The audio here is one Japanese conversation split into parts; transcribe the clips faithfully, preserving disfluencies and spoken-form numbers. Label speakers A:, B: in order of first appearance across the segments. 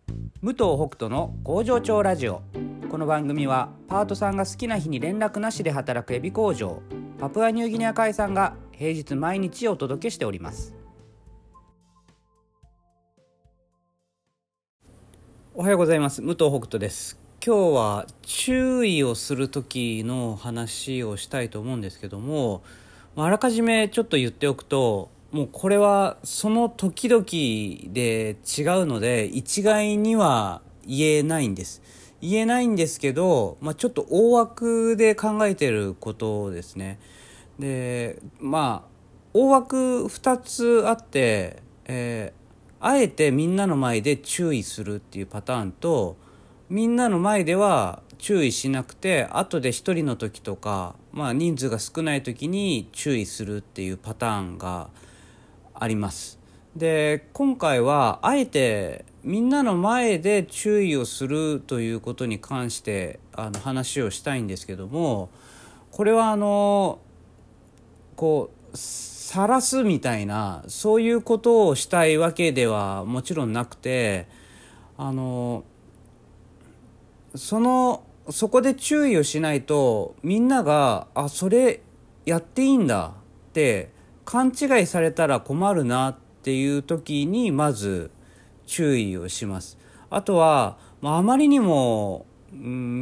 A: 武藤北斗の工場長ラジオ。この番組はパートさんが好きな日に連絡なしで働くエビ工場パプアニューギニア海産が平日毎日お届けしております。おはようございます。武藤北斗です。今日は注意をする時の話をしたいと思うんですけども、あらかじめちょっと言っておくと、もうこれはその時々で違うので一概には言えないんです言えないんですけど、まあ、ちょっと大枠で考えてることですね。でまあ大枠ふたつあって、えーあえてみんなの前で注意するっていうパターンと、みんなの前では注意しなくて後で一人の時とか、まあ、人数が少ない時に注意するっていうパターンがあります。で今回はあえてみんなの前で注意をするということに関してあの話をしたいんですけども、これはあのこう晒すみたいなそういうことをしたいわけではもちろんなくて、あのそのそこで注意をしないとみんながあそれやっていいんだって勘違いされたら困るなっていう時にまず注意をします。あとは、まあ、あまりにも、うん、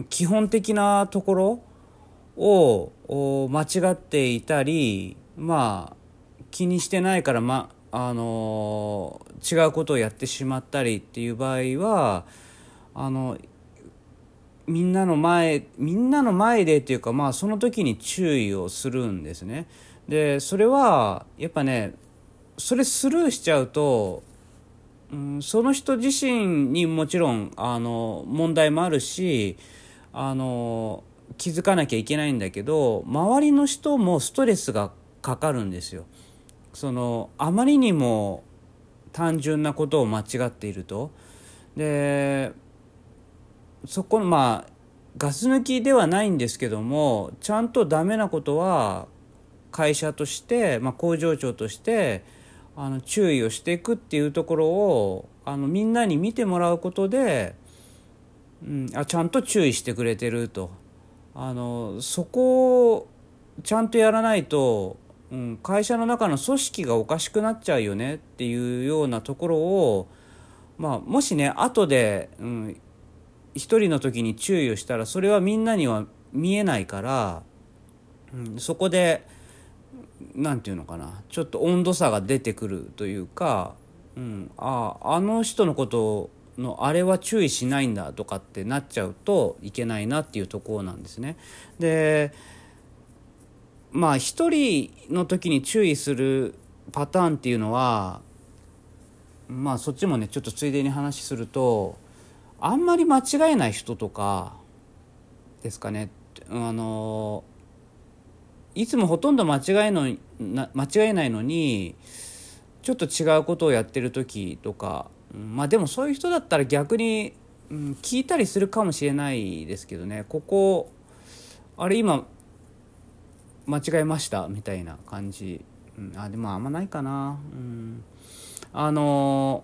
A: 基本的なところを間違っていたり、まあ気にしてないから、まあの違うことをやってしまったりっていう場合は、あのみんなの前みんなの前でっていうか、まあその時に注意をするんですね。でそれはやっぱね、それスルーしちゃうと、うん、その人自身にもちろんあの問題もあるし、あの気づかなきゃいけないんだけど、周りの人もストレスがかかるんですよ。そのあまりにも単純なことを間違っていると。でそこのまあガス抜きではないんですけども、ちゃんとダメなことは会社として、まあ、工場長としてあの注意をしていくっていうところをあのみんなに見てもらうことで、うん、あちゃんと注意してくれてると、あのそこをちゃんとやらないと、うん、会社の中の組織がおかしくなっちゃうよねっていうようなところを、まあ、もしね後で、うん、一人の時に注意をしたらそれはみんなには見えないから、うん、そこでなんていうのかな、ちょっと温度差が出てくるというか、うん、あああの人のことのあれは注意しないんだとかってなっちゃうといけないなっていうところなんですね。でまあ一人の時に注意するパターンっていうのは、まあそっちもねちょっとついでに話すると、あんまり間違えない人とかですかね。あのいつもほとんど間違えのな間違えないのにちょっと違うことをやってる時とか、うん、まあでもそういう人だったら逆に、うん、聞いたりするかもしれないですけどね、ここあれ今間違えましたみたいな感じ、うん、あでもあんまないかな、うん、あの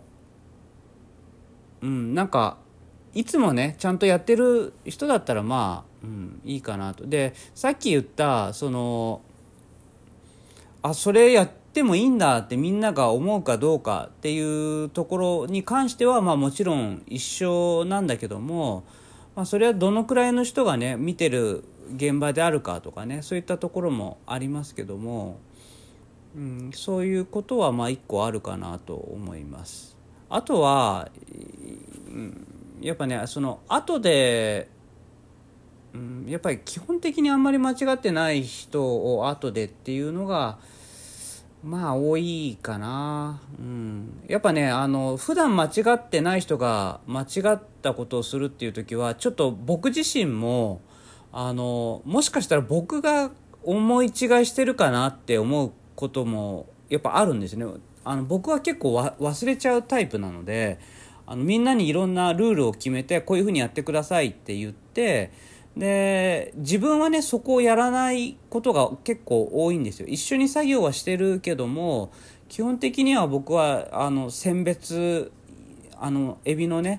A: うんなんかいつもねちゃんとやってる人だったらまあ、うん、いいかなと。でさっき言ったそのあそれやってもいいんだってみんなが思うかどうかっていうところに関しては、まあもちろん一緒なんだけども、まあ、それはどのくらいの人がね見てる現場であるかとかね、そういったところもありますけども、うん、そういうことはまあ一個あるかなと思います。あとは、うん、やっぱねその後で、うん、やっぱり基本的にあんまり間違ってない人を後でっていうのがまあ多いかな、うん、やっぱねあの普段間違ってない人が間違ったことをするっていう時はちょっと僕自身もあのもしかしたら僕が思い違いしてるかなって思うこともやっぱあるんですね。あの僕は結構わ忘れちゃうタイプなので、あのみんなにいろんなルールを決めてこういうふうにやってくださいって言って、で自分はねそこをやらないことが結構多いんですよ。一緒に作業はしてるけども基本的には僕はあの選別あのエビのね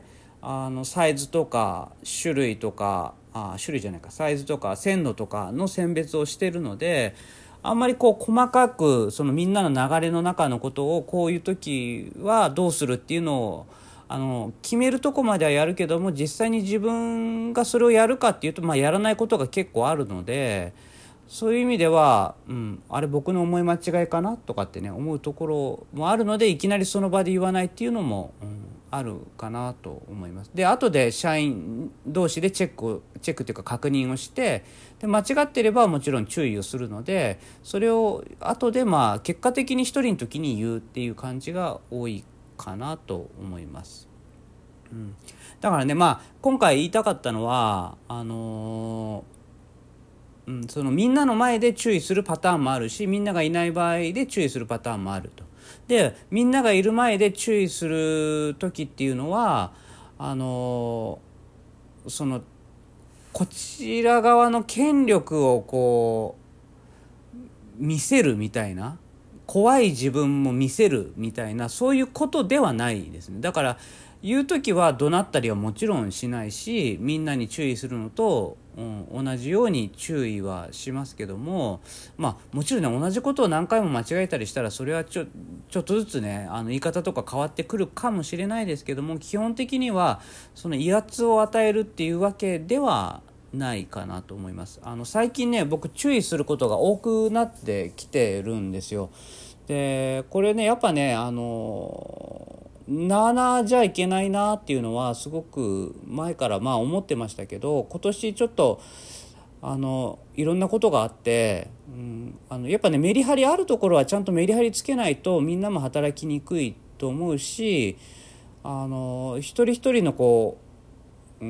A: あのサイズとか種類とかあ種類じゃないかサイズとか鮮度とかの選別をしているので、あんまりこう細かくそのみんなの流れの中のことをこういう時はどうするっていうのをあの決めるとこまではやるけども、実際に自分がそれをやるかっていうと、まあ、やらないことが結構あるので、そういう意味では、うん、あれ僕の思い間違いかなとかってね思うところもあるので、いきなりその場で言わないっていうのも、うん、あるかなと思います。で後で社員同士でチェックチェックというか確認をして、で間違ってればもちろん注意をするので、それを後でまあ結果的に一人の時に言うっていう感じが多いかなと思います。うん、だからね、まあ今回言いたかったのはあのーうん、そのみんなの前で注意するパターンもあるし、みんながいない場合で注意するパターンもあると。でみんながいる前で注意する時っていうのはあのそのこちら側の権力をこう見せるみたいな、怖い自分も見せるみたいな、そういうことではないですね。だから言う時は怒鳴ったりはもちろんしないし、みんなに注意するのと、うん、同じように注意はしますけども、まあもちろんね同じことを何回も間違えたりしたらそれはちょちょっとずつねあの言い方とか変わってくるかもしれないですけども、基本的にはその威圧を与えるっていうわけではないかなと思います。あの最近ね僕注意することが多くなってきてるんですよ。でこれねやっぱねあのなあなあじゃいけないなっていうのはすごく前からまあ思ってましたけど、今年ちょっとあのいろんなことがあって、うん、あのやっぱねメリハリあるところはちゃんとメリハリつけないとみんなも働きにくいと思うし、あの一人一人のこう、うん、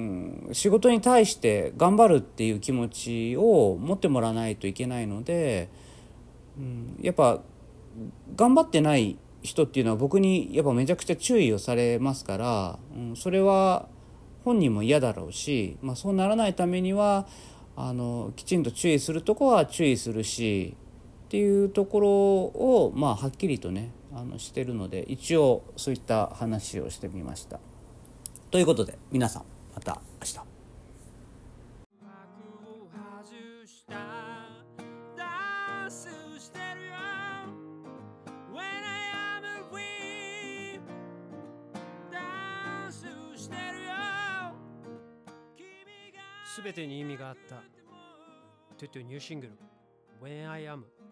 A: 仕事に対して頑張るっていう気持ちを持ってもらわないといけないので、うん、やっぱ頑張ってない人っていうのは僕にやっぱめちゃくちゃ注意をされますから、うん、それは本人も嫌だろうし、まあ、そうならないためにはあのきちんと注意するとこは注意するしっていうところを、まあ、はっきりとねあのしてるので、一応そういった話をしてみました。ということで皆さんまた明日。
B: すべてに意味があったトゥトゥニューシングル When I Am